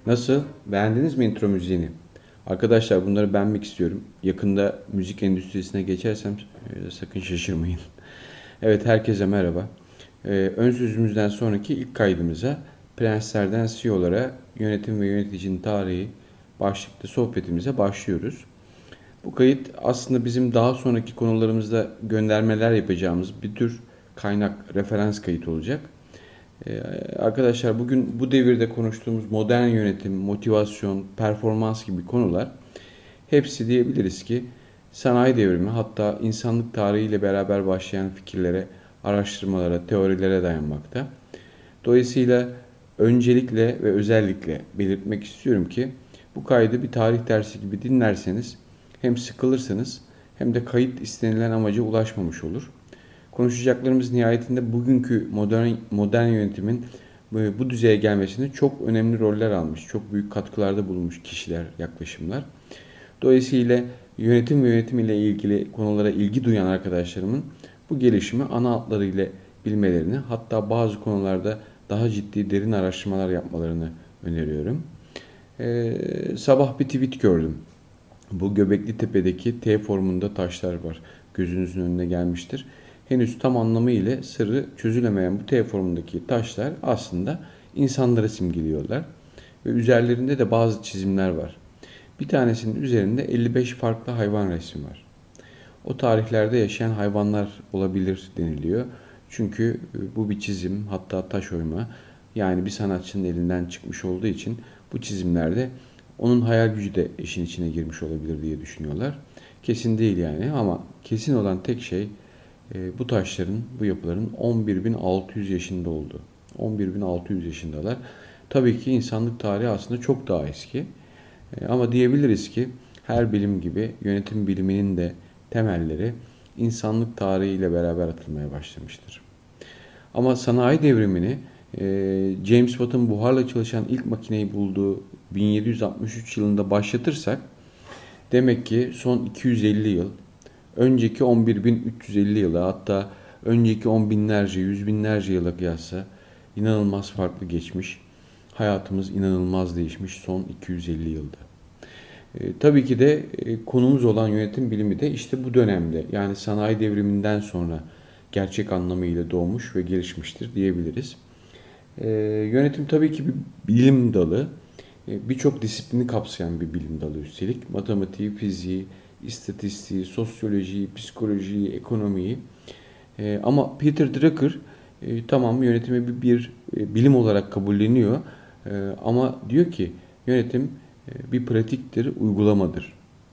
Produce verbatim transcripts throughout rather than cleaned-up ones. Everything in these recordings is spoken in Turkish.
Nasıl? Beğendiniz mi intro müziğini? Arkadaşlar bunları beğenmek istiyorum. Yakında müzik endüstrisine geçersem e, sakın şaşırmayın. Evet, herkese merhaba. Ee, ön sözümüzden sonraki ilk kaydımıza Prenslerden C E O'lara Yönetim ve Yöneticinin Tarihi başlıklı sohbetimize başlıyoruz. Bu kayıt aslında bizim daha sonraki konularımızda göndermeler yapacağımız bir tür kaynak, referans kayıt olacak. Ee, arkadaşlar bugün bu devirde konuştuğumuz modern yönetim, motivasyon, performans gibi konular hepsi diyebiliriz ki sanayi devrimi, hatta insanlık tarihiyle beraber başlayan fikirlere, araştırmalara, teorilere dayanmakta. Dolayısıyla öncelikle ve özellikle belirtmek istiyorum ki bu kaydı bir tarih dersi gibi dinlerseniz hem sıkılırsınız hem de kayıt istenilen amaca ulaşmamış olur. Konuşacaklarımız nihayetinde bugünkü modern, modern yönetimin bu düzeye gelmesinde çok önemli roller almış, çok büyük katkılarda bulunmuş kişiler, yaklaşımlar. Dolayısıyla yönetim ve yönetim ile ilgili konulara ilgi duyan arkadaşlarımın bu gelişimi ana hatlarıyla bilmelerini, hatta bazı konularda daha ciddi derin araştırmalar yapmalarını öneriyorum. Ee, sabah bir tweet gördüm. Bu Göbekli Tepe'deki T formunda taşlar var. Gözünüzün önüne gelmiştir. Henüz tam anlamıyla sırrı çözülemeyen bu T formundaki taşlar aslında insanları simgeliyorlar. Ve üzerlerinde de bazı çizimler var. Bir tanesinin üzerinde elli beş farklı hayvan resmi var. O tarihlerde yaşayan hayvanlar olabilir deniliyor. Çünkü bu bir çizim, hatta taş oyma. Yani bir sanatçının elinden çıkmış olduğu için bu çizimlerde onun hayal gücü de işin içine girmiş olabilir diye düşünüyorlar. Kesin değil yani, ama kesin olan tek şey bu taşların, bu yapıların on bir bin altı yüz yaşında olduğu. on bir bin altı yüz yaşındalar. Tabii ki insanlık tarihi aslında çok daha eski. Ama diyebiliriz ki her bilim gibi yönetim biliminin de temelleri insanlık tarihiyle beraber atılmaya başlamıştır. Ama sanayi devrimini James Watt'ın buharla çalışan ilk makineyi bulduğu bin yedi yüz altmış üç yılında başlatırsak, demek ki son iki yüz elli yıl, önceki on bir bin üç yüz elli yıla, hatta önceki on binlerce, yüz binlerce yıla kıyasla inanılmaz farklı geçmiş. Hayatımız inanılmaz değişmiş son iki yüz elli yılda. E, tabii ki de e, konumuz olan yönetim bilimi de işte bu dönemde, yani sanayi devriminden sonra gerçek anlamıyla doğmuş ve gelişmiştir diyebiliriz. E, yönetim tabii ki bir bilim dalı. E, birçok disiplini kapsayan bir bilim dalı üstelik. Matematiği, fiziği, istatistiği, sosyolojiyi, psikolojiyi, ekonomiyi. E, ama Peter Drucker e, tamam yönetimi bir, bir e, bilim olarak kabulleniyor. E, ama diyor ki yönetim e, bir pratiktir, uygulamadır.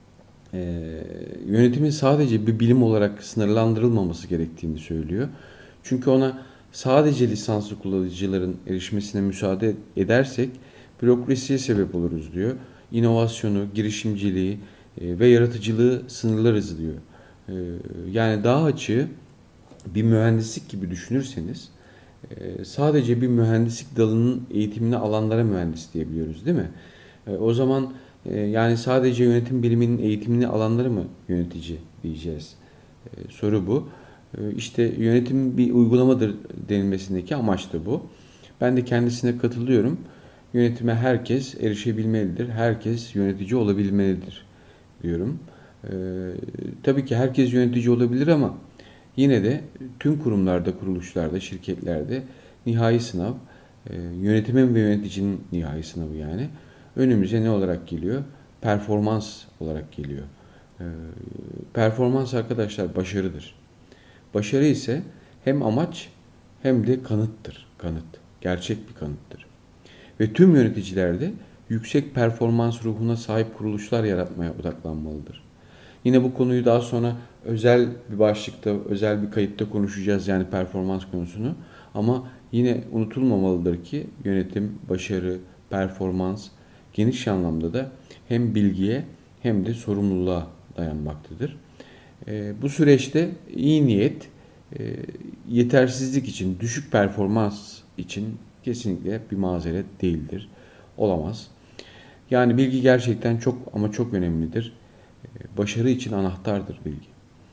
E, yönetimin sadece bir bilim olarak sınırlandırılmaması gerektiğini söylüyor. Çünkü ona sadece lisanslı kullanıcıların erişmesine müsaade edersek bürokrasiye sebep oluruz diyor. İnovasyonu, girişimciliği e, ve yaratıcılığı sınırlarız diyor. E, yani daha açığı, bir mühendislik gibi düşünürseniz e, sadece bir mühendislik dalının eğitimini alanlara mühendis diyebiliyoruz, değil mi? E, o zaman e, yani sadece yönetim biliminin eğitimini alanları mı yönetici diyeceğiz? E, soru bu. E, işte yönetim bir uygulamadır denilmesindeki amaç da bu. Ben de kendisine katılıyorum. Yönetime herkes erişebilmelidir. Herkes yönetici olabilmelidir diyorum. Ee, tabii ki herkes yönetici olabilir, ama yine de tüm kurumlarda, kuruluşlarda, şirketlerde nihai sınav, e, yönetimin ve yöneticinin nihai sınavı yani. Önümüze ne olarak geliyor? Performans olarak geliyor. Ee, performans arkadaşlar başarıdır. Başarı ise hem amaç hem de kanıttır. Kanıt. Gerçek bir kanıttır. Ve tüm yöneticiler de yüksek performans ruhuna sahip kuruluşlar yaratmaya odaklanmalıdır. Yine bu konuyu daha sonra özel bir başlıkta, özel bir kayıtta konuşacağız, yani performans konusunu. Ama yine unutulmamalıdır ki yönetim, başarı, performans geniş anlamda da hem bilgiye hem de sorumluluğa dayanmaktadır. E, bu süreçte iyi niyet, e, yetersizlik için, düşük performans için kesinlikle bir mazeret değildir. Olamaz. Yani bilgi gerçekten çok ama çok önemlidir. Başarı için anahtardır bilgi.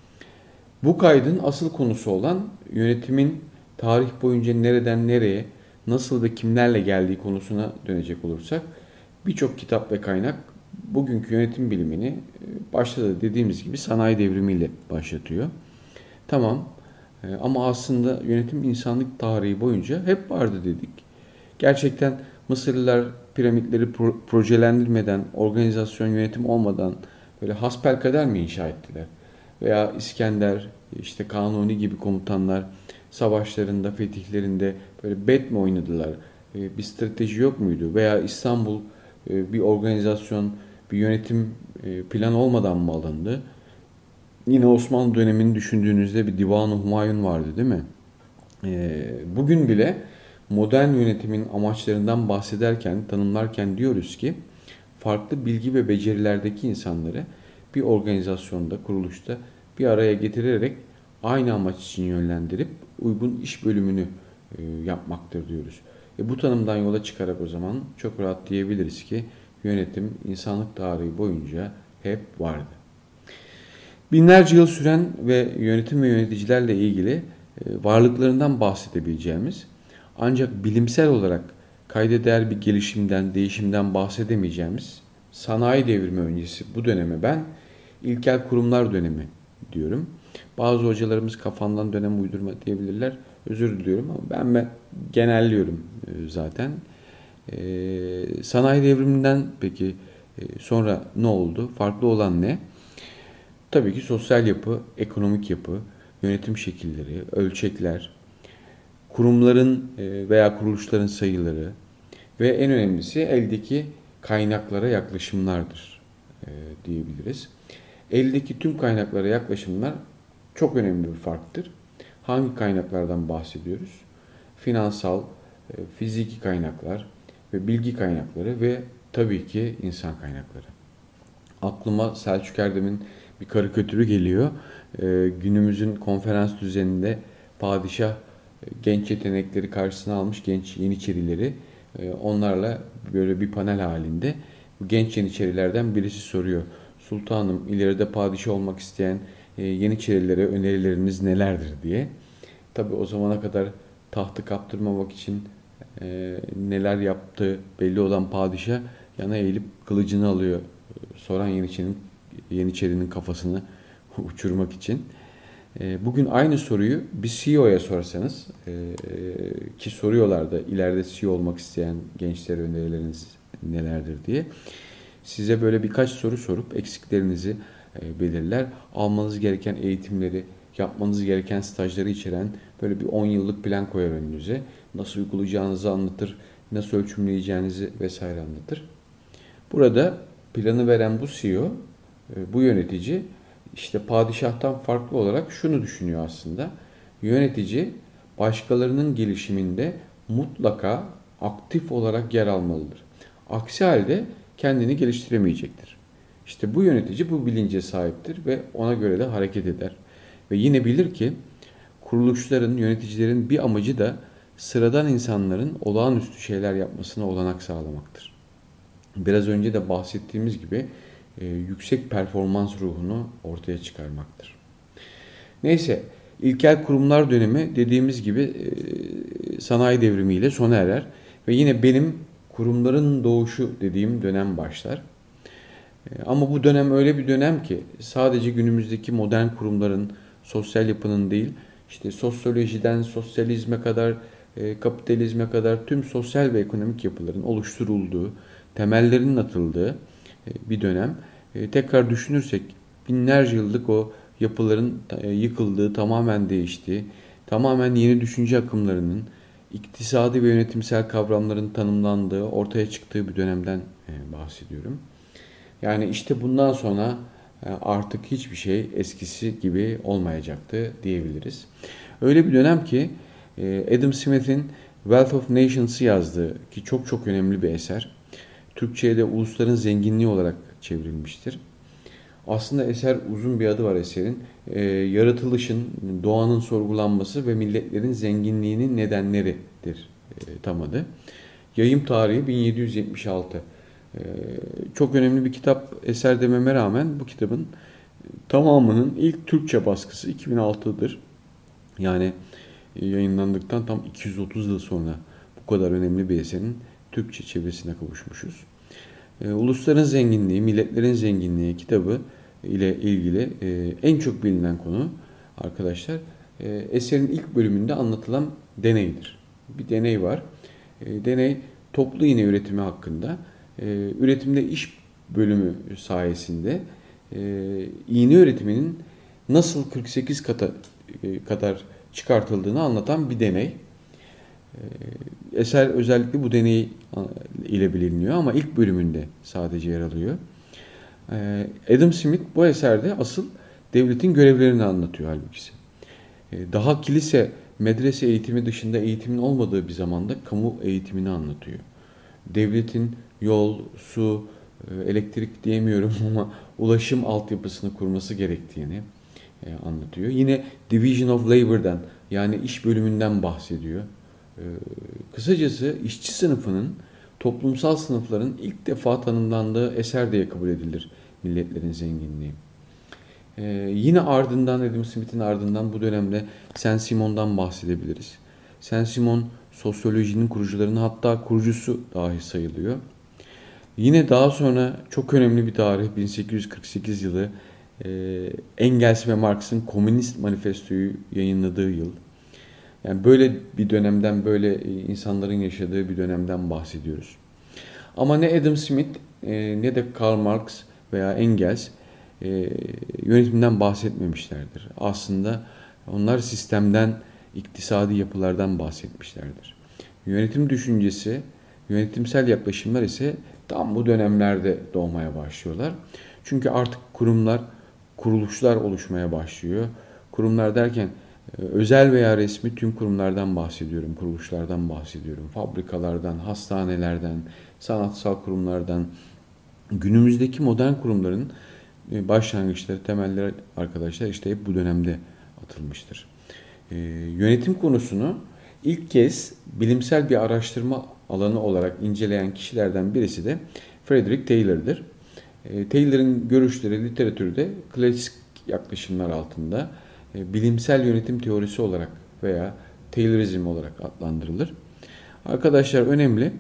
Bu kaydın asıl konusu olan yönetimin tarih boyunca nereden nereye, nasıl ve kimlerle geldiği konusuna dönecek olursak, Birçok kitap ve kaynak bugünkü yönetim bilimini başta da dediğimiz gibi sanayi devrimiyle başlatıyor. Tamam ama aslında yönetim insanlık tarihi boyunca hep vardı dedik. Gerçekten Mısırlılar piramitleri pro- projelendirmeden, organizasyon yönetim olmadan böyle hasbelkader mi inşa ettiler? Veya İskender, işte Kanuni gibi komutanlar savaşlarında, fetihlerinde böyle bet mi oynadılar? E, Bir strateji yok muydu? Veya İstanbul e, bir organizasyon, bir yönetim e, planı olmadan mı alındı? Yine Osmanlı dönemini düşündüğünüzde bir Divan-ı Humayun vardı değil mi? E, Bugün bile modern yönetimin amaçlarından bahsederken, tanımlarken diyoruz ki farklı bilgi ve becerilerdeki insanları bir organizasyonda, kuruluşta bir araya getirerek aynı amaç için yönlendirip uygun iş bölümünü e, yapmaktır diyoruz. E, bu tanımdan yola çıkarak o zaman çok rahat diyebiliriz ki yönetim insanlık tarihi boyunca hep vardı. Binlerce yıl süren ve yönetim ve yöneticilerle ilgili e, varlıklarından bahsedebileceğimiz ancak bilimsel olarak kayda değer bir gelişimden, değişimden bahsedemeyeceğimiz sanayi devrimi öncesi bu döneme ben ilkel kurumlar dönemi diyorum. Bazı hocalarımız kafandan dönem uydurma diyebilirler. Özür diliyorum ama ben, ben genelliyorum e, zaten. Ee, sanayi devriminden peki e, sonra ne oldu? Farklı olan ne? Tabii ki sosyal yapı, ekonomik yapı, yönetim şekilleri, ölçekler, kurumların e, veya kuruluşların sayıları ve en önemlisi eldeki kaynaklara yaklaşımlardır e, diyebiliriz. Eldeki tüm kaynaklara yaklaşımlar çok önemli bir farktır. Hangi kaynaklardan bahsediyoruz? Finansal, e, fiziki kaynaklar ve bilgi kaynakları ve tabii ki insan kaynakları. Aklıma Selçuk Erdem'in bir karikatürü geliyor. Ee, günümüzün konferans düzeninde padişah e, genç yetenekleri karşısına almış genç yeniçerileri. E, onlarla böyle bir panel halinde bu genç yeniçerilerden birisi soruyor. Sultanım ileride padişah olmak isteyen e, yeniçerilere önerileriniz nelerdir diye. Tabii o zamana kadar tahtı kaptırmamak için e, neler yaptığı belli olan padişah yana eğilip kılıcını alıyor. Soran Yeniçeri'nin Yeniçeri'nin kafasını uçurmak için. E, bugün aynı soruyu bir C E O'ya sorsanız e, ki soruyorlar da ileride C E O olmak isteyen gençlere önerileriniz nelerdir diye. Size böyle birkaç soru sorup eksiklerinizi e, belirler. Almanız gereken eğitimleri, yapmanız gereken stajları içeren böyle bir on yıllık plan koyar önünüze. Nasıl uygulayacağınızı anlatır, nasıl ölçümleyeceğinizi vesaire anlatır. Burada planı veren bu C E O, e, bu yönetici işte padişahtan farklı olarak şunu düşünüyor aslında. Yönetici başkalarının gelişiminde mutlaka aktif olarak yer almalıdır. Aksi halde kendini geliştiremeyecektir. İşte bu yönetici bu bilince sahiptir ve ona göre de hareket eder. Ve yine bilir ki kuruluşların, yöneticilerin bir amacı da sıradan insanların olağanüstü şeyler yapmasına olanak sağlamaktır. Biraz önce de bahsettiğimiz gibi e, yüksek performans ruhunu ortaya çıkarmaktır. Neyse, ilkel kurumlar dönemi dediğimiz gibi e, sanayi devrimiyle sona erer ve yine benim kurumların doğuşu dediğim dönem başlar. E, ama bu dönem öyle bir dönem ki sadece günümüzdeki modern kurumların sosyal yapının değil, işte sosyolojiden sosyalizme kadar, e, kapitalizme kadar tüm sosyal ve ekonomik yapıların oluşturulduğu, temellerinin atıldığı e, bir dönem. E, tekrar düşünürsek binlerce yıllık o yapıların e, yıkıldığı, tamamen değiştiği, tamamen yeni düşünce akımlarının, iktisadi ve yönetimsel kavramların tanımlandığı, ortaya çıktığı bir dönemden e, bahsediyorum. Yani işte bundan sonra artık hiçbir şey eskisi gibi olmayacaktı diyebiliriz. Öyle bir dönem ki Adam Smith'in Wealth of Nations'ı yazdığı ki çok çok önemli bir eser. Türkçe'ye de Ulusların Zenginliği olarak çevrilmiştir. Aslında eser uzun bir adı var eserin. E, yaratılışın, doğanın sorgulanması ve milletlerin zenginliğinin nedenleridir e, tam adı. Yayım tarihi bin yedi yüz yetmiş altı. E, çok önemli bir kitap eser dememe rağmen bu kitabın tamamının ilk Türkçe baskısı iki bin altıdır. Yani yayınlandıktan tam iki yüz otuz yıl sonra bu kadar önemli bir eserin Türkçe çevirisine kavuşmuşuz. E, Ulusların Zenginliği, Milletlerin Zenginliği kitabı ile ilgili e, en çok bilinen konu arkadaşlar e, eserin ilk bölümünde anlatılan deneydir. Bir deney var. E, deney toplu iğne üretimi hakkında. E, üretimde iş bölümü sayesinde e, iğne üretiminin nasıl kırk sekiz kata e, kadar çıkartıldığını anlatan bir deney. Eser özellikle bu deney ile biliniyor ama ilk bölümünde sadece yer alıyor. Adam Smith bu eserde asıl devletin görevlerini anlatıyor halbuki. Daha kilise, medrese eğitimi dışında eğitimin olmadığı bir zamanda kamu eğitimini anlatıyor. Devletin yol, su, elektrik diyemiyorum ama ulaşım altyapısını kurması gerektiğini anlatıyor. Yine Division of Labor'dan yani iş bölümünden bahsediyor. Kısacası işçi sınıfının toplumsal sınıfların ilk defa tanımlandığı eser diye kabul edilir Milletlerin Zenginliği. Ee, yine ardından Adam Smith'in ardından bu dönemde Saint-Simon'dan bahsedebiliriz. Saint-Simon sosyolojinin kurucularının hatta kurucusu dahi sayılıyor. Yine daha sonra çok önemli bir tarih bin sekiz yüz kırk sekiz yılı e, Engels ve Marx'ın Komünist Manifesto'yu yayınladığı yıl. Yani böyle bir dönemden, böyle insanların yaşadığı bir dönemden bahsediyoruz. Ama ne Adam Smith ne de Karl Marx veya Engels yönetimden bahsetmemişlerdir. Aslında onlar sistemden, iktisadi yapılardan bahsetmişlerdir. Yönetim düşüncesi, yönetimsel yaklaşımlar ise tam bu dönemlerde doğmaya başlıyorlar. Çünkü artık kurumlar, kuruluşlar oluşmaya başlıyor. Kurumlar derken özel veya resmi tüm kurumlardan bahsediyorum, kuruluşlardan bahsediyorum. Fabrikalardan, hastanelerden, sanatsal kurumlardan, günümüzdeki modern kurumların başlangıçları, temelleri arkadaşlar işte hep bu dönemde atılmıştır. Ee, yönetim konusunu ilk kez bilimsel bir araştırma alanı olarak inceleyen kişilerden birisi de Frederick Taylor'dır. Ee, Taylor'ın görüşleri literatürde klasik yaklaşımlar altında bilimsel yönetim teorisi olarak veya Taylorizm olarak adlandırılır. Arkadaşlar önemli.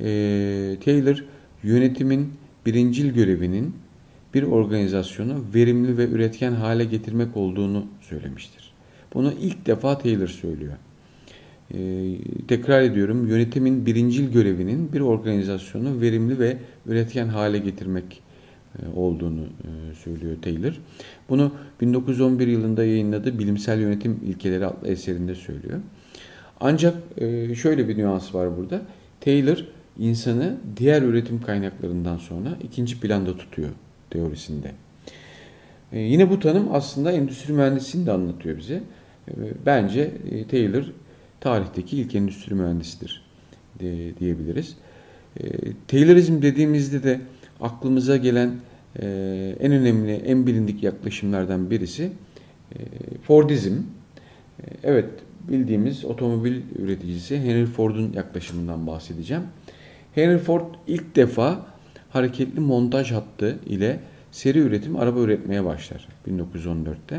E, Taylor yönetimin birincil görevinin bir organizasyonu verimli ve üretken hale getirmek olduğunu söylemiştir. Bunu ilk defa Taylor söylüyor. E, tekrar ediyorum. Yönetimin birincil görevinin bir organizasyonu verimli ve üretken hale getirmek olduğunu söylüyor Taylor. Bunu bin dokuz yüz on bir yılında yayınladığı Bilimsel Yönetim İlkeleri adlı eserinde söylüyor. Ancak şöyle bir nüans var burada. Taylor insanı diğer üretim kaynaklarından sonra ikinci planda tutuyor teorisinde. Yine bu tanım aslında endüstri mühendisliğini de anlatıyor bize. Bence Taylor tarihteki ilk endüstri mühendisidir diyebiliriz. Taylorizm dediğimizde de aklımıza gelen e, en önemli, en bilindik yaklaşımlardan birisi e, Fordizm. E, evet, bildiğimiz otomobil üreticisi Henry Ford'un yaklaşımından bahsedeceğim. Henry Ford ilk defa hareketli montaj hattı ile seri üretim araba üretmeye başlar bin dokuz yüz on dörtte.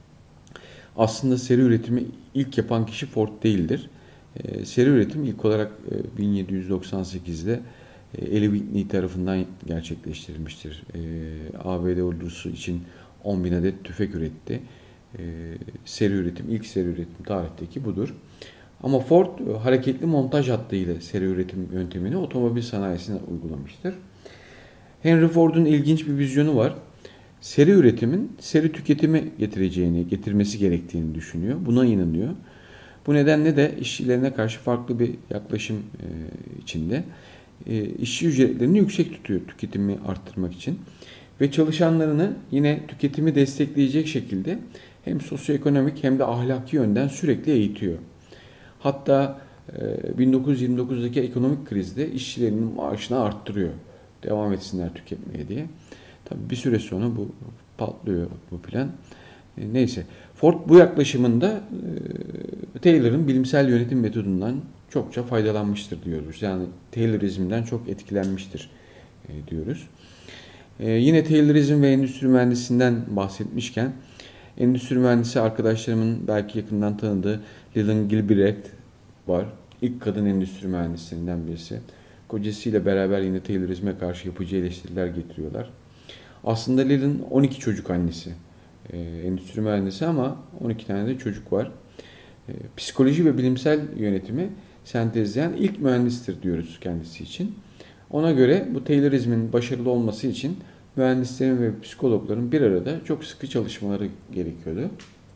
Aslında seri üretimi ilk yapan kişi Ford değildir. E, seri üretim ilk olarak e, bin yedi yüz doksan sekizde Eli Whitney tarafından gerçekleştirilmiştir. E, A B D ordusu için on bin adet tüfek üretti. E, seri üretim, ilk seri üretim tarihteki budur. Ama Ford hareketli montaj hattı ile seri üretim yöntemini otomobil sanayisine uygulamıştır. Henry Ford'un ilginç bir vizyonu var. Seri üretimin seri tüketimi getireceğini, getirmesi gerektiğini düşünüyor. Buna inanıyor. Bu nedenle de işçilerine karşı farklı bir yaklaşım e, içinde. E, işçi ücretlerini yüksek tutuyor tüketimi arttırmak için. Ve çalışanlarını yine tüketimi destekleyecek şekilde hem sosyoekonomik hem de ahlaki yönden sürekli eğitiyor. Hatta e, bin dokuz yüz yirmi dokuzdaki ekonomik krizde işçilerinin maaşını arttırıyor. Devam etsinler tüketmeye diye. Tabii bir süre sonra bu patlıyor bu plan. E, neyse. Ford bu yaklaşımında e, Taylor'ın bilimsel yönetim metodundan çokça faydalanmıştır diyoruz. Yani Taylorizm'den çok etkilenmiştir e, diyoruz. E, yine Taylorizm ve endüstri mühendisinden bahsetmişken endüstri mühendisi arkadaşlarımın belki yakından tanıdığı Lillian Gilbreth var. İlk kadın endüstri mühendislerinden birisi. kocasıyla beraber yine Taylorizme karşı yapıcı eleştiriler getiriyorlar. Aslında Lil'in on iki çocuk annesi. E, endüstri mühendisi ama on iki tane de çocuk var. E, psikoloji ve bilimsel yönetimi sentezleyen ilk mühendistir diyoruz kendisi için. Ona göre bu Taylorizmin başarılı olması için mühendislerin ve psikologların bir arada çok sıkı çalışmaları gerekiyordu.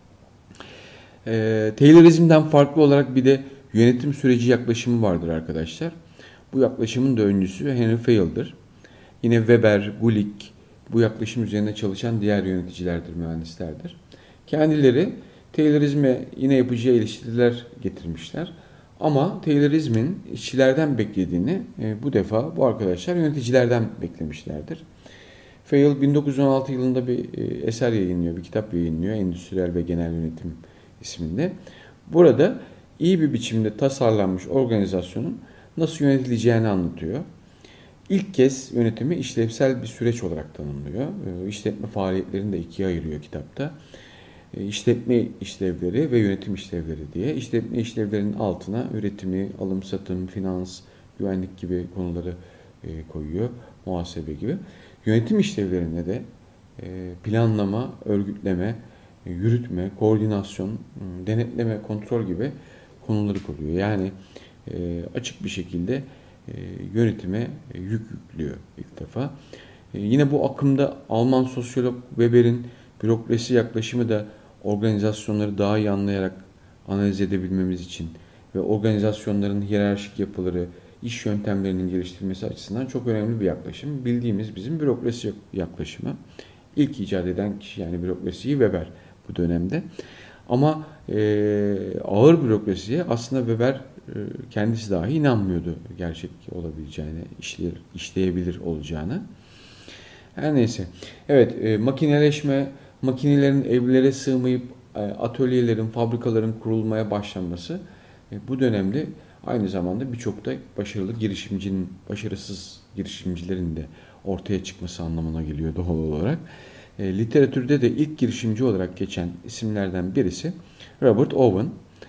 E, Taylorizmden farklı olarak bir de yönetim süreci yaklaşımı vardır arkadaşlar. Bu yaklaşımın da öncüsü Henry Fayol'dır. Yine Weber, Gulick bu yaklaşım üzerine çalışan diğer yöneticilerdir, mühendislerdir. Kendileri Taylorizme yine yapıcı eleştiriler getirmişler. Ama Taylorizmin işçilerden beklediğini e, bu defa bu arkadaşlar yöneticilerden beklemişlerdir. Fayol bin dokuz yüz on altı yılında bir e, eser yayınlıyor, bir kitap yayınlıyor. Endüstriyel ve Genel Yönetim isminde. Burada iyi bir biçimde tasarlanmış organizasyonun nasıl yönetileceğini anlatıyor. İlk kez yönetimi işlevsel bir süreç olarak tanımlıyor. İşletme faaliyetlerini de ikiye ayırıyor kitapta. İşletme işlevleri ve yönetim işlevleri diye. İşletme işlevlerinin altına üretimi, alım satım, finans, güvenlik gibi konuları koyuyor. Muhasebe gibi. Yönetim işlevlerine de planlama, örgütleme, yürütme, koordinasyon, denetleme, kontrol gibi konuları koyuyor. Yani açık bir şekilde yönetime yük yüklüyor ilk defa. Yine bu akımda Alman sosyolog Weber'in bürokrasi yaklaşımı da organizasyonları daha iyi anlayarak analiz edebilmemiz için ve organizasyonların hiyerarşik yapıları, iş yöntemlerinin geliştirilmesi açısından çok önemli bir yaklaşım. Bildiğimiz bizim bürokrasi yaklaşımı. İlk icat eden kişi yani bürokrasiyi Weber bu dönemde. Ama e, ağır bürokrasiye aslında Weber e, kendisi dahi inanmıyordu gerçek olabileceğine, işler, işleyebilir olacağını. Her neyse. Evet, e, makineleşme, makinelerin evlere sığmayıp e, atölyelerin, fabrikaların kurulmaya başlanması e, bu dönemde aynı zamanda birçok da başarılı girişimcinin, başarısız girişimcilerin de ortaya çıkması anlamına geliyor doğal olarak. E, literatürde de ilk girişimci olarak geçen isimlerden birisi Robert Owen.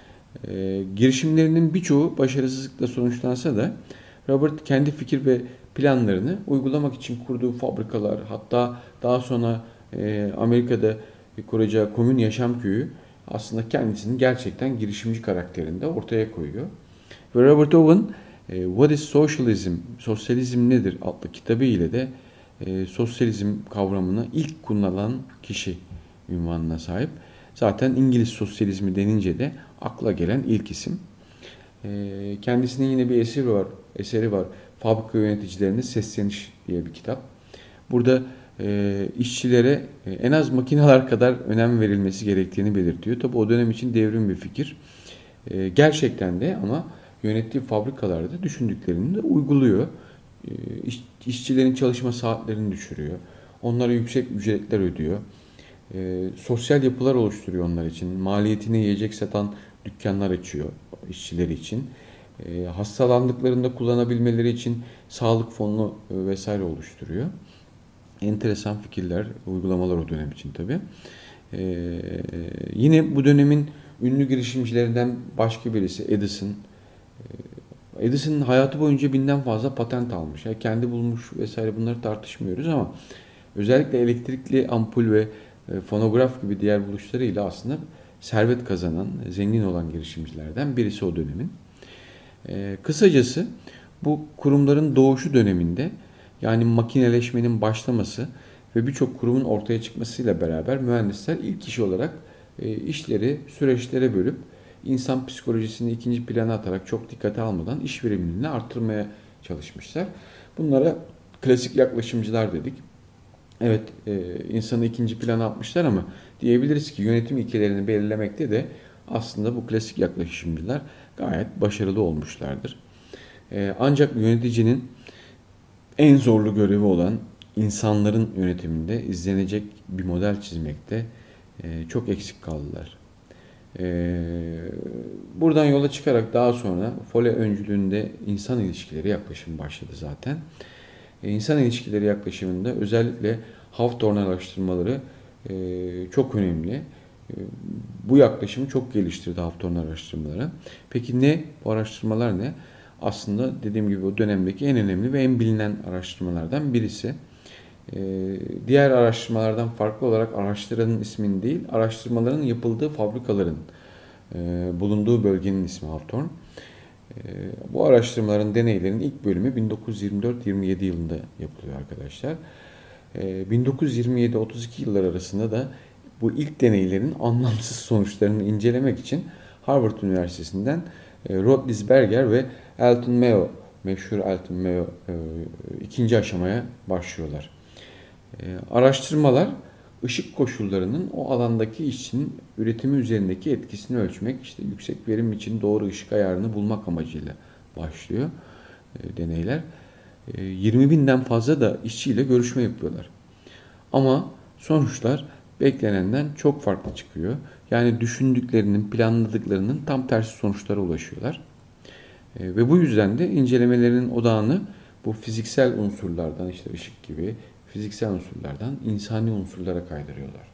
E, girişimlerinin birçoğu başarısızlıkla sonuçlansa da Robert kendi fikir ve planlarını uygulamak için kurduğu fabrikalar, hatta daha sonra e, Amerika'da kuracağı komün yaşam köyü aslında kendisinin gerçekten girişimci karakterinde ortaya koyuyor. Ve Robert Owen e, What is Socialism, Sosyalizm Nedir adlı kitabı ile de e, sosyalizm kavramını ilk kullanan kişi ünvanına sahip. Zaten İngiliz sosyalizmi denince de akla gelen ilk isim. E, kendisinin yine bir eseri var, eseri var. Fabrika Yöneticilerine Sesleniş diye bir kitap. Burada e, işçilere e, en az makineler kadar önem verilmesi gerektiğini belirtiyor. Tabi o dönem için devrim bir fikir. E, gerçekten de ama yönettiği fabrikalarda düşündüklerini de uyguluyor. E, iş, işçilerin çalışma saatlerini düşürüyor. Onlara yüksek ücretler ödüyor. E, sosyal yapılar oluşturuyor onlar için. Maliyetine yiyecek satan dükkanlar açıyor işçileri için. E, hastalandıklarında kullanabilmeleri için sağlık fonunu e, vesaire oluşturuyor. Enteresan fikirler, uygulamalar o dönem için tabii. E, yine bu dönemin ünlü girişimcilerinden başka birisi Edison. E, Edison'ın hayatı boyunca binden fazla patent almış. Yani kendi bulmuş vesaire bunları tartışmıyoruz ama özellikle elektrikli ampul ve e, fonograf gibi diğer buluşlarıyla aslında servet kazanan, zengin olan girişimcilerden birisi o dönemin. Ee, kısacası bu kurumların doğuşu döneminde yani makineleşmenin başlaması ve birçok kurumun ortaya çıkmasıyla beraber mühendisler ilk kişi olarak e, işleri süreçlere bölüp insan psikolojisini ikinci plana atarak çok dikkate almadan iş verimliliğini arttırmaya çalışmışlar. Bunlara klasik yaklaşımcılar dedik. Evet, e, insanı ikinci plana atmışlar ama diyebiliriz ki yönetim ilkelerini belirlemekte de aslında bu klasik yaklaşımcılar gayet başarılı olmuşlardır. E, ancak yöneticinin en zorlu görevi olan insanların yönetiminde izlenecek bir model çizmekte e, çok eksik kaldılar. E, buradan yola çıkarak daha sonra Fole öncülüğünde insan ilişkileri yaklaşımı başladı zaten. E, insan ilişkileri yaklaşımında özellikle Hawthorne araştırmaları e, çok önemli. E, bu yaklaşımı çok geliştirdi Hawthorne araştırmaları. Peki ne? Bu araştırmalar ne? aslında dediğim gibi o dönemdeki en önemli ve en bilinen araştırmalardan birisi. Ee, diğer araştırmalardan farklı olarak araştıranın isminin değil, araştırmaların yapıldığı fabrikaların e, bulunduğu bölgenin ismi Hawthorne. E, bu araştırmaların, deneylerin ilk bölümü bin dokuz yüz yirmi dört yirmi yedi yılında yapılıyor arkadaşlar. E, bin dokuz yüz yirmi yedi otuz iki yıllar arasında da bu ilk deneylerin anlamsız sonuçlarını incelemek için Harvard Üniversitesi'nden e, Roethlisberger ve Alton Mayo, meşhur Alton Mayo e, ikinci aşamaya başlıyorlar. E, araştırmalar işık koşullarının o alandaki işçinin üretimi üzerindeki etkisini ölçmek, işte yüksek verim için doğru ışık ayarını bulmak amacıyla başlıyor e, deneyler. E, yirmi binden fazla da işçiyle görüşme yapıyorlar. Ama sonuçlar beklenenden çok farklı çıkıyor. Yani düşündüklerinin, planladıklarının tam tersi sonuçlara ulaşıyorlar. E, ve bu yüzden de incelemelerinin odağını bu fiziksel unsurlardan, işte ışık gibi fiziksel unsurlardan insani unsurlara kaydırıyorlar.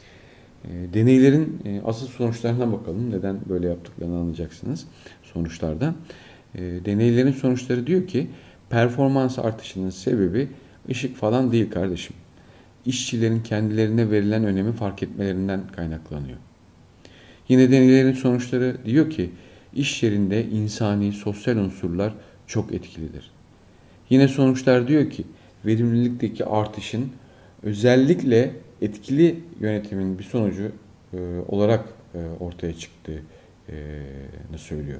E, deneylerin e, asıl sonuçlarına bakalım. Neden böyle yaptıklarını anlayacaksınız sonuçlarda. E, deneylerin sonuçları diyor ki performans artışının sebebi ışık falan değil kardeşim. İşçilerin kendilerine verilen önemi fark etmelerinden kaynaklanıyor. Yine deneylerin sonuçları diyor ki iş yerinde insani, sosyal unsurlar çok etkilidir. Yine sonuçlar diyor ki verimlilikteki artışın özellikle etkili yönetimin bir sonucu e, olarak e, ortaya çıktığını söylüyor.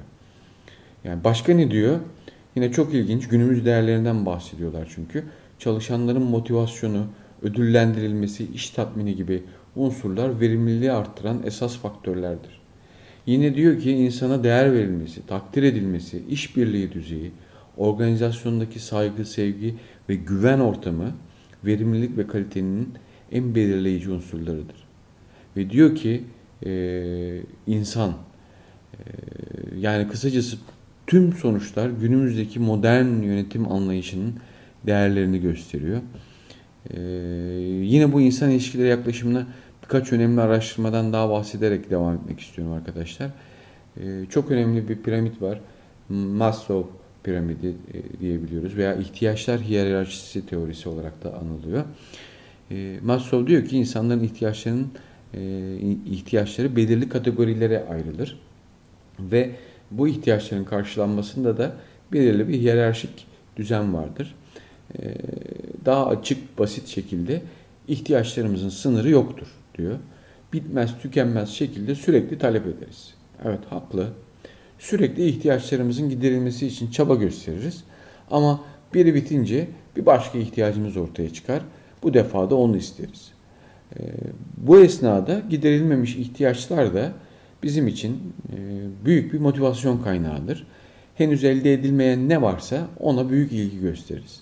Yani başka ne diyor? Yine çok ilginç, günümüz değerlerinden bahsediyorlar çünkü. Çalışanların motivasyonu, ödüllendirilmesi, iş tatmini gibi unsurlar verimliliği arttıran esas faktörlerdir. Yine diyor ki insana değer verilmesi, takdir edilmesi, işbirliği düzeyi, organizasyondaki saygı, sevgi ve güven ortamı verimlilik ve kalitenin en belirleyici unsurlarıdır. Ve diyor ki e, insan e, yani kısacası tüm sonuçlar günümüzdeki modern yönetim anlayışının değerlerini gösteriyor. E, yine bu insan ilişkileri yaklaşımına birkaç önemli araştırmadan daha bahsederek devam etmek istiyorum arkadaşlar. E, çok önemli bir piramit var. Maslow piramidi diyebiliyoruz veya ihtiyaçlar hiyerarşisi teorisi olarak da anılıyor. E, Maslow diyor ki insanların ihtiyaçlarının e, ihtiyaçları belirli kategorilere ayrılır ve bu ihtiyaçların karşılanmasında da belirli bir hiyerarşik düzen vardır. E, daha açık, basit şekilde ihtiyaçlarımızın sınırı yoktur diyor. Bitmez, tükenmez şekilde sürekli talep ederiz. Evet, haklı. Sürekli ihtiyaçlarımızın giderilmesi için çaba gösteririz. Ama biri bitince bir başka ihtiyacımız ortaya çıkar. Bu defa da onu isteriz. Ee, bu esnada giderilmemiş ihtiyaçlar da bizim için e, büyük bir motivasyon kaynağıdır. Henüz elde edilmeyen ne varsa ona büyük ilgi gösteririz.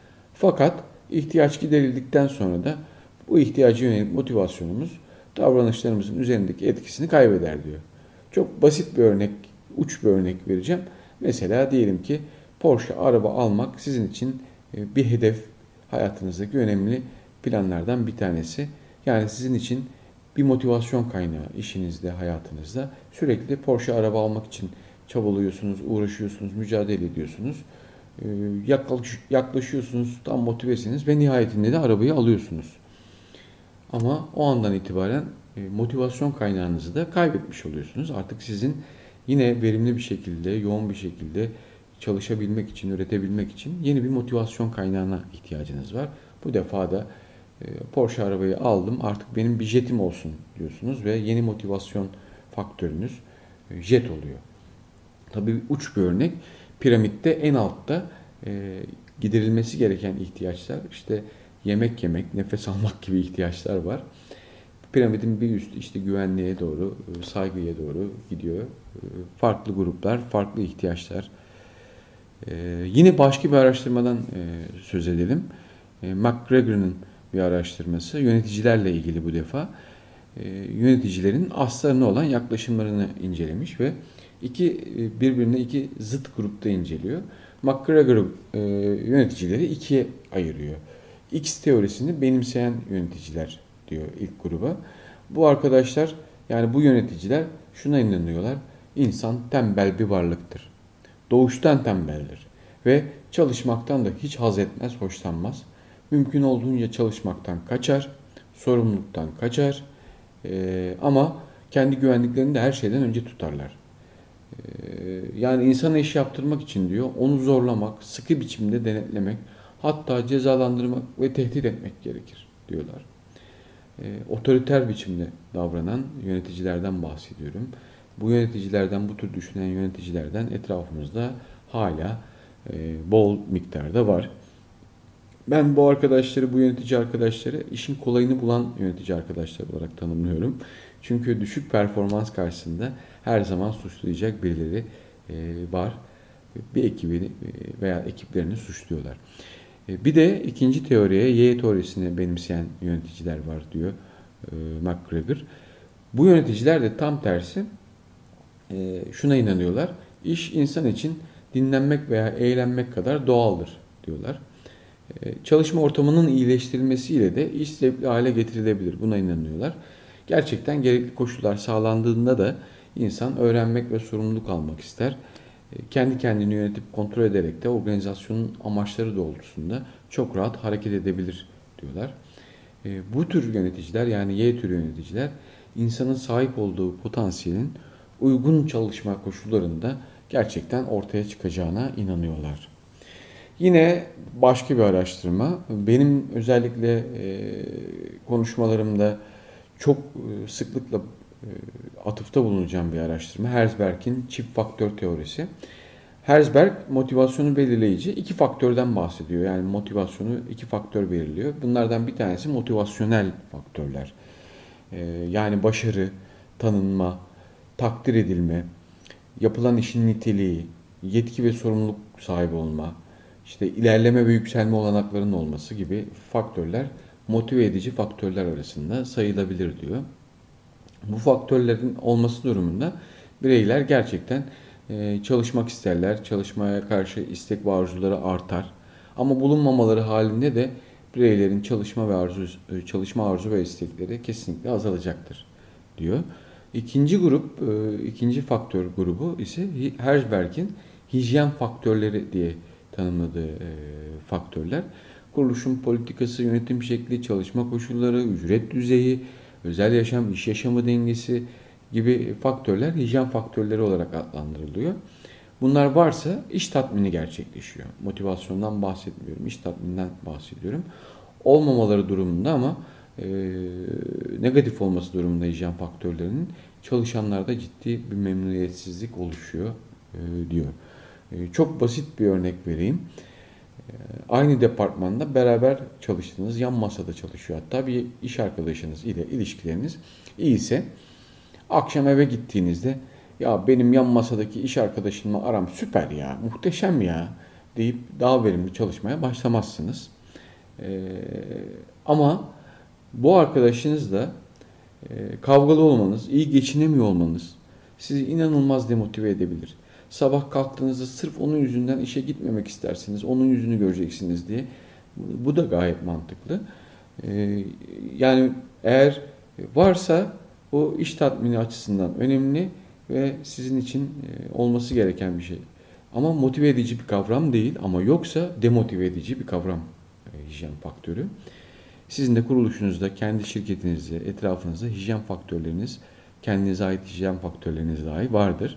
Fakat ihtiyaç giderildikten sonra da bu ihtiyaca yönelik motivasyonumuz davranışlarımızın üzerindeki etkisini kaybeder diyor. Çok basit bir örnek, uç bir örnek vereceğim. Mesela diyelim ki Porsche araba almak sizin için bir hedef, hayatınızdaki önemli planlardan bir tanesi. Yani sizin için bir motivasyon kaynağı işinizde, hayatınızda. Sürekli Porsche araba almak için çabalıyorsunuz, uğraşıyorsunuz, mücadele ediyorsunuz. Yaklaşıyorsunuz, tam motivesiniz ve nihayetinde de arabayı alıyorsunuz. Ama o andan itibaren motivasyon kaynağınızı da kaybetmiş oluyorsunuz. Artık sizin yine verimli bir şekilde, yoğun bir şekilde çalışabilmek için, üretebilmek için yeni bir motivasyon kaynağına ihtiyacınız var. Bu defa da Porsche arabayı aldım, artık benim bir jetim olsun diyorsunuz ve yeni motivasyon faktörünüz jet oluyor. Tabii uç bir örnek. Piramitte en altta giderilmesi gereken ihtiyaçlar, işte yemek yemek, nefes almak gibi ihtiyaçlar var. Piramidin bir üstü işte güvenliğe doğru, saygıya doğru gidiyor. Farklı gruplar, farklı ihtiyaçlar. Ee, yine başka bir araştırmadan e, söz edelim. E, McGregor'ın bir araştırması, yöneticilerle ilgili bu defa. E, yöneticilerin aslarına olan yaklaşımlarını incelemiş ve iki birbirine iki zıt grupta inceliyor. McGregor e, yöneticileri ikiye ayırıyor. X teorisini benimseyen yöneticiler diyor ilk gruba. Bu arkadaşlar, yani bu yöneticiler şuna inanıyorlar: İnsan tembel bir varlıktır. doğuştan tembeldir ve çalışmaktan da hiç haz etmez, hoşlanmaz. Mümkün olduğunca çalışmaktan kaçar, sorumluluktan kaçar. Ee, ama kendi güvenliklerini de her şeyden önce tutarlar. Ee, yani insana iş yaptırmak için diyor, onu zorlamak, sıkı biçimde denetlemek, hatta cezalandırmak ve tehdit etmek gerekir diyorlar. Ee, otoriter biçimde davranan yöneticilerden bahsediyorum. Bu yöneticilerden, bu tür düşünen yöneticilerden etrafımızda hala e, bol miktarda var. Ben bu arkadaşları, bu yönetici arkadaşları işin kolayını bulan yönetici arkadaşlar olarak tanımlıyorum. Çünkü düşük performans karşısında her zaman suçlayacak birileri e, var. Bir ekibini e, veya ekiplerini suçluyorlar. E, bir de ikinci teoriye, Y teorisini benimseyen yöneticiler var diyor e, McGregor. Bu yöneticiler de tam tersi e, şuna inanıyorlar. İş insan için dinlenmek veya eğlenmek kadar doğaldır diyorlar. Çalışma ortamının iyileştirilmesiyle de iş zevkli hale getirilebilir. Buna inanıyorlar. Gerçekten gerekli koşullar sağlandığında da insan öğrenmek ve sorumluluk almak ister. Kendi kendini yönetip kontrol ederek de organizasyonun amaçları doğrultusunda çok rahat hareket edebilir diyorlar. Bu tür yöneticiler, yani Y tür yöneticiler, insanın sahip olduğu potansiyelin uygun çalışma koşullarında gerçekten ortaya çıkacağına inanıyorlar. Yine başka bir araştırma, benim özellikle e, konuşmalarımda çok e, sıklıkla e, atıfta bulunacağım bir araştırma. Herzberg'in çift faktör teorisi. Herzberg motivasyonu belirleyici iki faktörden bahsediyor. Yani motivasyonu iki faktör belirliyor. Bunlardan bir tanesi motivasyonel faktörler. E, yani başarı, tanınma, takdir edilme, yapılan işin niteliği, yetki ve sorumluluk sahibi olma, İşte ilerleme ve yükselme olanaklarının olması gibi faktörler motive edici faktörler arasında sayılabilir diyor. Bu faktörlerin olması durumunda bireyler gerçekten çalışmak isterler, çalışmaya karşı istek ve arzuları artar. Ama bulunmamaları halinde de bireylerin çalışma ve arzu çalışma arzu ve istekleri kesinlikle azalacaktır diyor. İkinci grup, ikinci faktör grubu ise Herzberg'in hijyen faktörleri diye tanımladığı e, faktörler. Kuruluşun politikası, yönetim şekli, çalışma koşulları, ücret düzeyi, özel yaşam, iş yaşamı dengesi gibi faktörler hijyen faktörleri olarak adlandırılıyor. Bunlar varsa iş tatmini gerçekleşiyor. Motivasyondan bahsetmiyorum, iş tatmininden bahsediyorum. Olmamaları durumunda ama e, negatif olması durumunda hijyen faktörlerinin çalışanlarda ciddi bir memnuniyetsizlik oluşuyor e, diyor. Çok basit bir örnek vereyim. Aynı departmanda beraber çalıştığınız, yan masada çalışıyor hatta bir iş arkadaşınız ile ilişkileriniz iyi ise akşam eve gittiğinizde ya benim yan masadaki iş arkadaşımla aram süper ya, muhteşem ya deyip daha verimli çalışmaya başlamazsınız. Ee, ama bu arkadaşınızla e, kavgalı olmanız, iyi geçinemiyor olmanız sizi inanılmaz demotive edebilir. Sabah kalktığınızda sırf onun yüzünden işe gitmemek istersiniz. Onun yüzünü göreceksiniz diye. Bu da gayet mantıklı. Ee, yani eğer varsa o iş tatmini açısından önemli ve sizin için olması gereken bir şey. Ama motive edici bir kavram değil, ama yoksa demotive edici bir kavram hijyen faktörü. Sizin de kuruluşunuzda, kendi şirketinizde, etrafınızda hijyen faktörleriniz, kendinize ait hijyen faktörleriniz dahi vardır.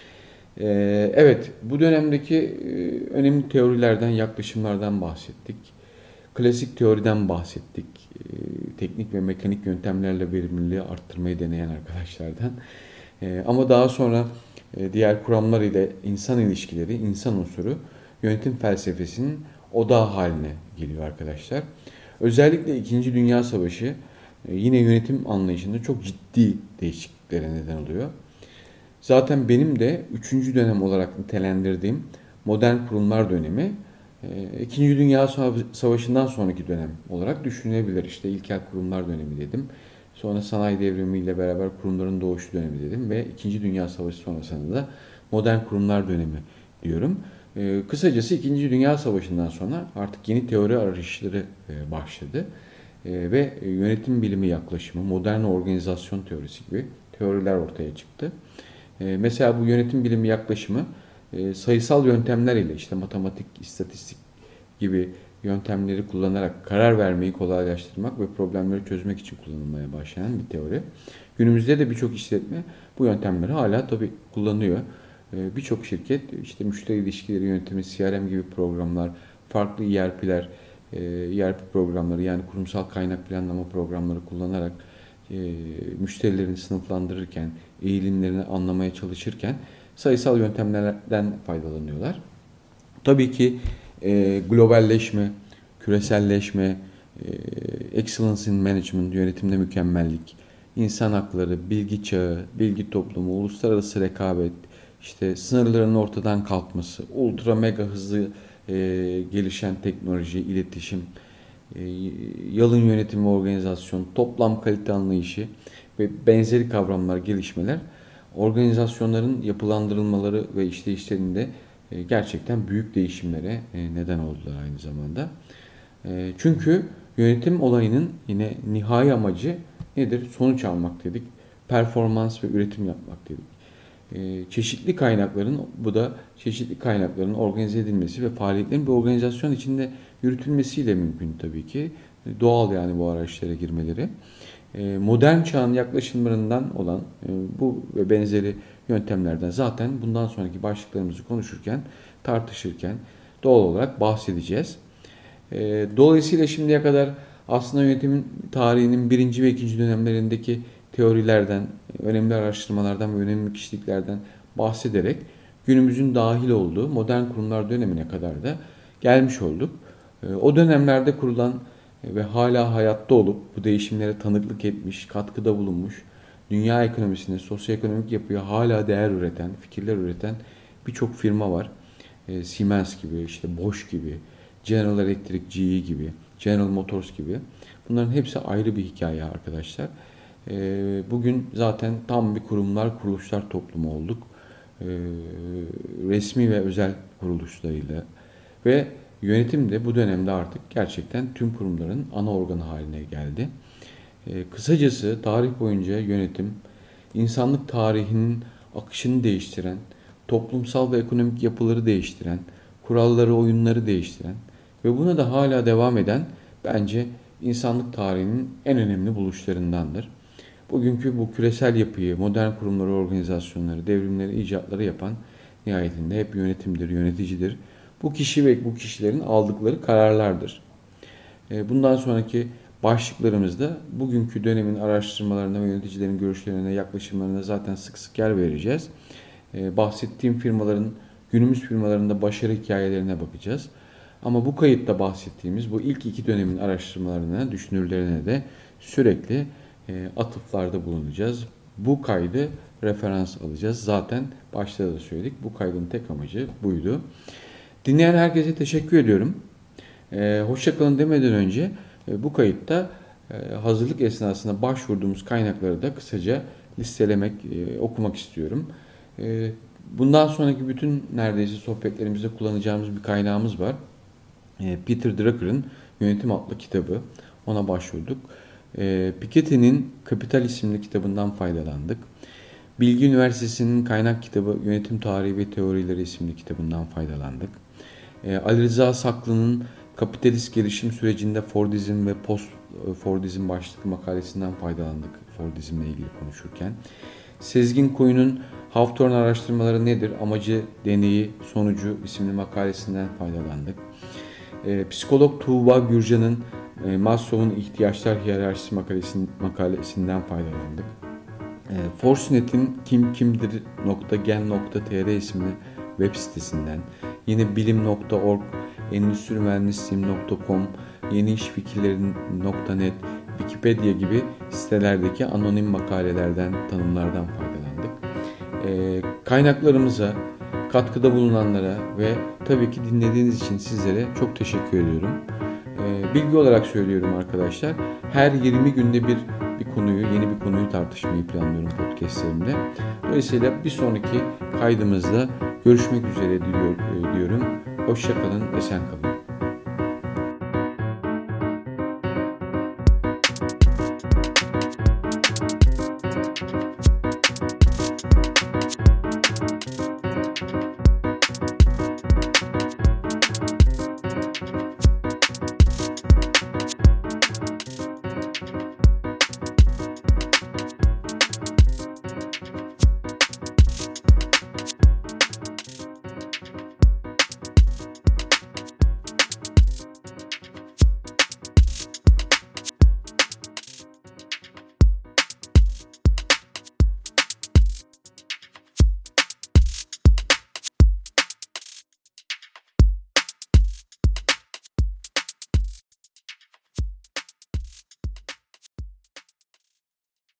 Evet, bu dönemdeki önemli teorilerden, yaklaşımlardan bahsettik. Klasik teoriden bahsettik. Teknik ve mekanik yöntemlerle verimliliği arttırmayı deneyen arkadaşlardan. Ama daha sonra diğer kuramlar ile insan ilişkileri, insan unsuru yönetim felsefesinin odağı haline geliyor arkadaşlar. Özellikle İkinci Dünya Savaşı yine yönetim anlayışında çok ciddi değişikliklere neden oluyor. Zaten benim de üçüncü dönem olarak nitelendirdiğim modern kurumlar dönemi İkinci Dünya Savaşı'ndan sonraki dönem olarak düşünülebilir. İşte ilkel kurumlar dönemi dedim. Sonra sanayi devrimiyle beraber kurumların doğuşu dönemi dedim ve İkinci Dünya Savaşı sonrasında da modern kurumlar dönemi diyorum. Kısacası İkinci Dünya Savaşı'ndan sonra artık yeni teori arayışları başladı. Ve yönetim bilimi yaklaşımı, modern organizasyon teorisi gibi teoriler ortaya çıktı. Mesela bu yönetim bilimi yaklaşımı e, sayısal yöntemler ile işte matematik, istatistik gibi yöntemleri kullanarak karar vermeyi kolaylaştırmak ve problemleri çözmek için kullanılmaya başlayan bir teori. Günümüzde de birçok işletme bu yöntemleri hala tabii kullanıyor. E, birçok şirket işte müşteri ilişkileri yönetimi, C R M gibi programlar, farklı E R P'ler, e, E R P programları yani kurumsal kaynak planlama programları kullanarak e, müşterilerini sınıflandırırken, eğilimlerini anlamaya çalışırken sayısal yöntemlerden faydalanıyorlar. Tabii ki e, globalleşme, küreselleşme, e, excellence in management, yönetimde mükemmellik, insan hakları, bilgi çağı, bilgi toplumu, uluslararası rekabet, işte sınırların ortadan kalkması, ultra mega hızlı e, gelişen teknoloji, iletişim, e, yalın yönetim ve organizasyon, toplam kalite anlayışı ve benzeri kavramlar, gelişmeler organizasyonların yapılandırılmaları ve işleyişlerinde e, gerçekten büyük değişimlere e, neden oldular aynı zamanda. E, çünkü yönetim olayının yine nihai amacı nedir? Sonuç almak dedik. Performans ve üretim yapmak dedik. E, çeşitli kaynakların, bu da çeşitli kaynakların organize edilmesi ve faaliyetlerin bir organizasyon içinde yürütülmesiyle mümkün tabii ki. Doğal yani bu araçlara girmeleri. E, modern çağın yaklaşımlarından olan e, bu ve benzeri yöntemlerden zaten bundan sonraki başlıklarımızı konuşurken, tartışırken doğal olarak bahsedeceğiz. E, dolayısıyla şimdiye kadar aslında yönetimin tarihinin birinci ve ikinci dönemlerindeki teorilerden, önemli araştırmalardan ve önemli kişiliklerden bahsederek günümüzün dahil olduğu modern kurumlar dönemine kadar da gelmiş olduk. O dönemlerde kurulan ve hala hayatta olup bu değişimlere tanıklık etmiş, katkıda bulunmuş, dünya ekonomisine, sosyoekonomik yapıya hala değer üreten, fikirler üreten birçok firma var. Siemens gibi, işte Bosch gibi, General Electric, G E gibi, General Motors gibi. Bunların hepsi ayrı bir hikaye arkadaşlar. Bugün zaten tam bir kurumlar, kuruluşlar toplumu olduk. Resmi ve özel kuruluşlarıyla ve yönetim de bu dönemde artık gerçekten tüm kurumların ana organı haline geldi. Kısacası tarih boyunca yönetim, insanlık tarihinin akışını değiştiren, toplumsal ve ekonomik yapıları değiştiren, kuralları, oyunları değiştiren ve buna da hala devam eden bence insanlık tarihinin en önemli buluşlarındandır. Bugünkü bu küresel yapıyı, modern kurumları, organizasyonları, devrimleri, icatları yapan nihayetinde hep yönetimdir, yöneticidir. Bu kişi ve bu kişilerin aldıkları kararlardır. Bundan sonraki başlıklarımızda bugünkü dönemin araştırmalarına ve yöneticilerin görüşlerine, yaklaşımlarına zaten sık sık yer vereceğiz. Bahsettiğim firmaların, günümüz firmalarında başarı hikayelerine bakacağız. Ama bu kayıtta bahsettiğimiz bu ilk iki dönemin araştırmalarına, düşünürlerine de sürekli atıflarda bulunacağız. Bu kaydı referans alacağız. Zaten başta da söyledik. Bu kaydın tek amacı buydu. Dinleyen herkese teşekkür ediyorum. Ee, hoşça kalın demeden önce e, bu kayıtta e, hazırlık esnasında başvurduğumuz kaynakları da kısaca listelemek, e, okumak istiyorum. E, bundan sonraki bütün neredeyse sohbetlerimizde kullanacağımız bir kaynağımız var. E, Peter Drucker'ın Yönetim adlı kitabı. Ona başvurduk. E, Piketty'nin Kapital isimli kitabından faydalandık. Bilgi Üniversitesi'nin kaynak kitabı Yönetim Tarihi ve Teorileri isimli kitabından faydalandık. E, Ali Rıza Saklı'nın Kapitalist Gelişim Sürecinde Fordizm ve Post Fordizm başlıklı makalesinden faydalandık Fordizmle ilgili konuşurken. Sezgin Koyun'un Hawthorne Araştırmaları Nedir? Amacı, Deneyi, Sonucu isimli makalesinden faydalandık. E, Psikolog Tuğba Gürcan'ın e, Maslow'un İhtiyaçlar Hiyerarşisi makalesinden faydalandık. E, Forcenet'in kim kimdir nokta gen nokta tr isimli web sitesinden, yine bilim nokta org, endüstri mühendisliğim nokta com, yeni iş fikirleri nokta net, Wikipedia gibi sitelerdeki anonim makalelerden, tanımlardan faydalandık. E, kaynaklarımıza, katkıda bulunanlara ve tabii ki dinlediğiniz için sizlere çok teşekkür ediyorum. E, bilgi olarak söylüyorum arkadaşlar, her yirmi günde bir bir konuyu, yeni bir konuyu tartışmayı planlıyorum podcastlerimde. Dolayısıyla bir sonraki kaydımızda görüşmek üzere diyor, diyorum. Hoşça kalın, esen kalın.